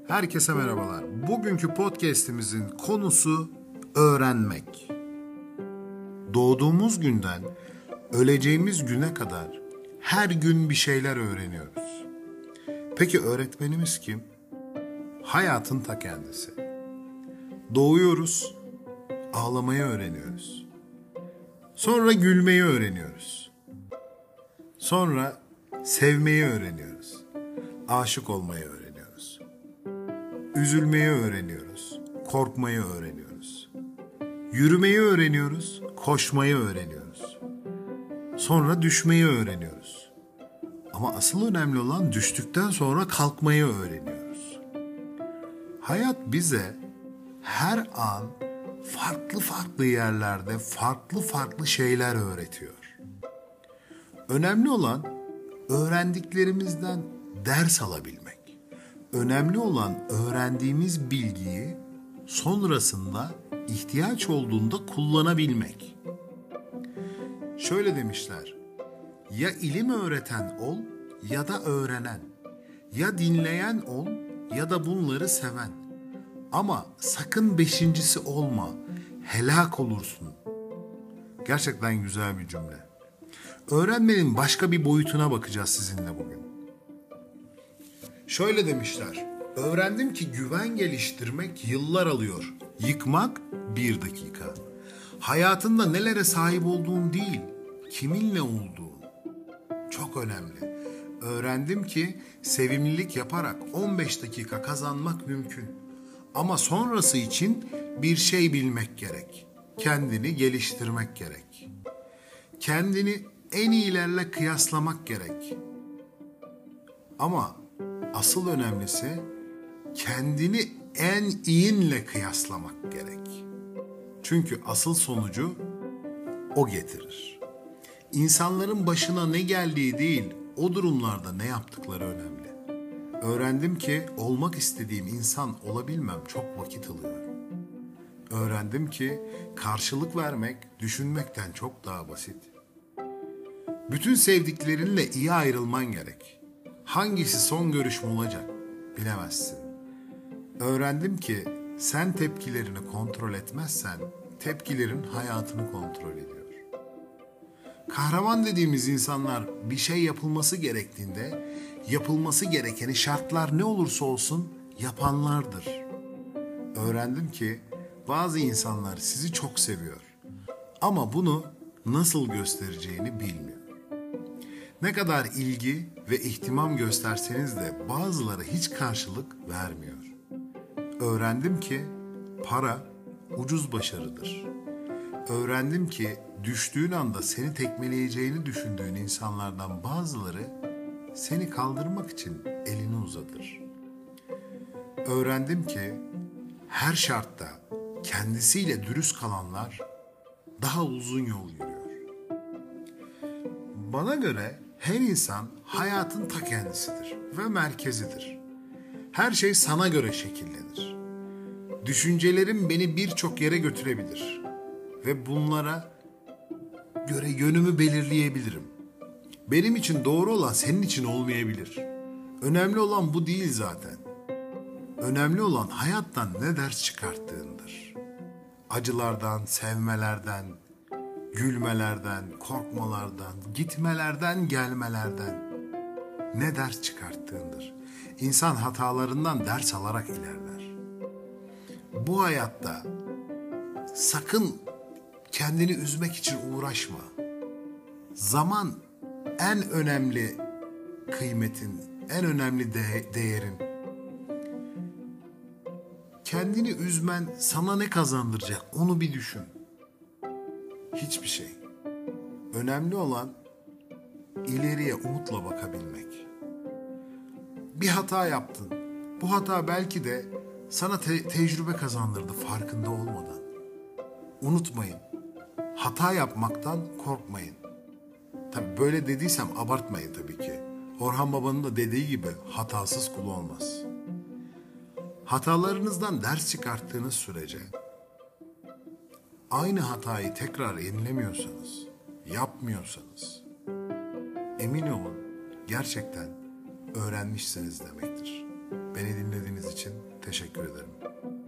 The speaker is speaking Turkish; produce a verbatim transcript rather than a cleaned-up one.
Herkese merhabalar. Bugünkü podcast'imizin konusu öğrenmek. Doğduğumuz günden öleceğimiz güne kadar her gün bir şeyler öğreniyoruz. Peki öğretmenimiz kim? Hayatın ta kendisi. Doğuyoruz, ağlamayı öğreniyoruz. Sonra gülmeyi öğreniyoruz. Sonra sevmeyi öğreniyoruz. Aşık olmayı öğreniyoruz. Üzülmeyi öğreniyoruz. Korkmayı öğreniyoruz. Yürümeyi öğreniyoruz. Koşmayı öğreniyoruz. Sonra düşmeyi öğreniyoruz. Ama asıl önemli olan düştükten sonra kalkmayı öğreniyoruz. Hayat bize her an farklı farklı yerlerde farklı farklı şeyler öğretiyor. Önemli olan öğrendiklerimizden ders alabilmek. Önemli olan öğrendiğimiz bilgiyi sonrasında ihtiyaç olduğunda kullanabilmek. Şöyle demişler, ya ilim öğreten ol ya da öğrenen, ya dinleyen ol ya da bunları seven. Ama sakın beşincisi olma, helak olursun. Gerçekten güzel bir cümle. Öğrenmenin başka bir boyutuna bakacağız sizinle bugün. Şöyle demişler, öğrendim ki güven geliştirmek yıllar alıyor, yıkmak bir dakika. Hayatında nelere sahip olduğun değil, kiminle olduğun çok önemli. Öğrendim ki sevimlilik yaparak on beş dakika kazanmak mümkün. Ama sonrası için bir şey bilmek gerek. Kendini geliştirmek gerek. Kendini en iyilerle kıyaslamak gerek. Ama asıl önemlisi kendini en iyinle kıyaslamak gerek. Çünkü asıl sonucu o getirir. İnsanların başına ne geldiği değil, o durumlarda ne yaptıkları önemli. Öğrendim ki olmak istediğim insan olabilmem çok vakit alıyor. Öğrendim ki karşılık vermek düşünmekten çok daha basit. Bütün sevdiklerinle iyi ayrılman gerek. Hangisi son görüşme olacak bilemezsin. Öğrendim ki sen tepkilerini kontrol etmezsen tepkilerin hayatını kontrol ediyor. Kahraman dediğimiz insanlar bir şey yapılması gerektiğinde yapılması gerekeni şartlar ne olursa olsun yapanlardır. Öğrendim ki bazı insanlar sizi çok seviyor ama bunu nasıl göstereceğini bilmiyor. Ne kadar ilgi ve ihtimam gösterseniz de bazıları hiç karşılık vermiyor. Öğrendim ki para ucuz başarıdır. Öğrendim ki düştüğün anda seni tekmeleyeceğini düşündüğün insanlardan bazıları seni kaldırmak için elini uzatır. Öğrendim ki her şartta kendisiyle dürüst kalanlar daha uzun yol yürüyor. Bana göre her insan hayatın ta kendisidir ve merkezidir. Her şey sana göre şekillenir. Düşüncelerim beni birçok yere götürebilir ve bunlara göre yönümü belirleyebilirim. Benim için doğru olan senin için olmayabilir. Önemli olan bu değil zaten. Önemli olan hayattan ne ders çıkarttığındır. Acılardan, sevmelerden, gülmelerden, korkmalardan, gitmelerden, gelmelerden ne ders çıkarttığındır. İnsan hatalarından ders alarak ilerler. Bu hayatta sakın kendini üzmek için uğraşma. Zaman en önemli kıymetin, en önemli de- değerin. Kendini üzmen sana ne kazandıracak onu bir düşün. Hiçbir şey. Önemli olan ileriye umutla bakabilmek. Bir hata yaptın. Bu hata belki de sana te- tecrübe kazandırdı farkında olmadan. Unutmayın. Hata yapmaktan korkmayın. Tabii böyle dediysem abartmayın tabii ki. Orhan Baba'nın da dediği gibi hatasız kul olmaz. Hatalarınızdan ders çıkarttığınız sürece aynı hatayı tekrar yenilemiyorsanız, yapmıyorsanız emin olun gerçekten öğrenmişsiniz demektir. Beni dinlediğiniz için teşekkür ederim.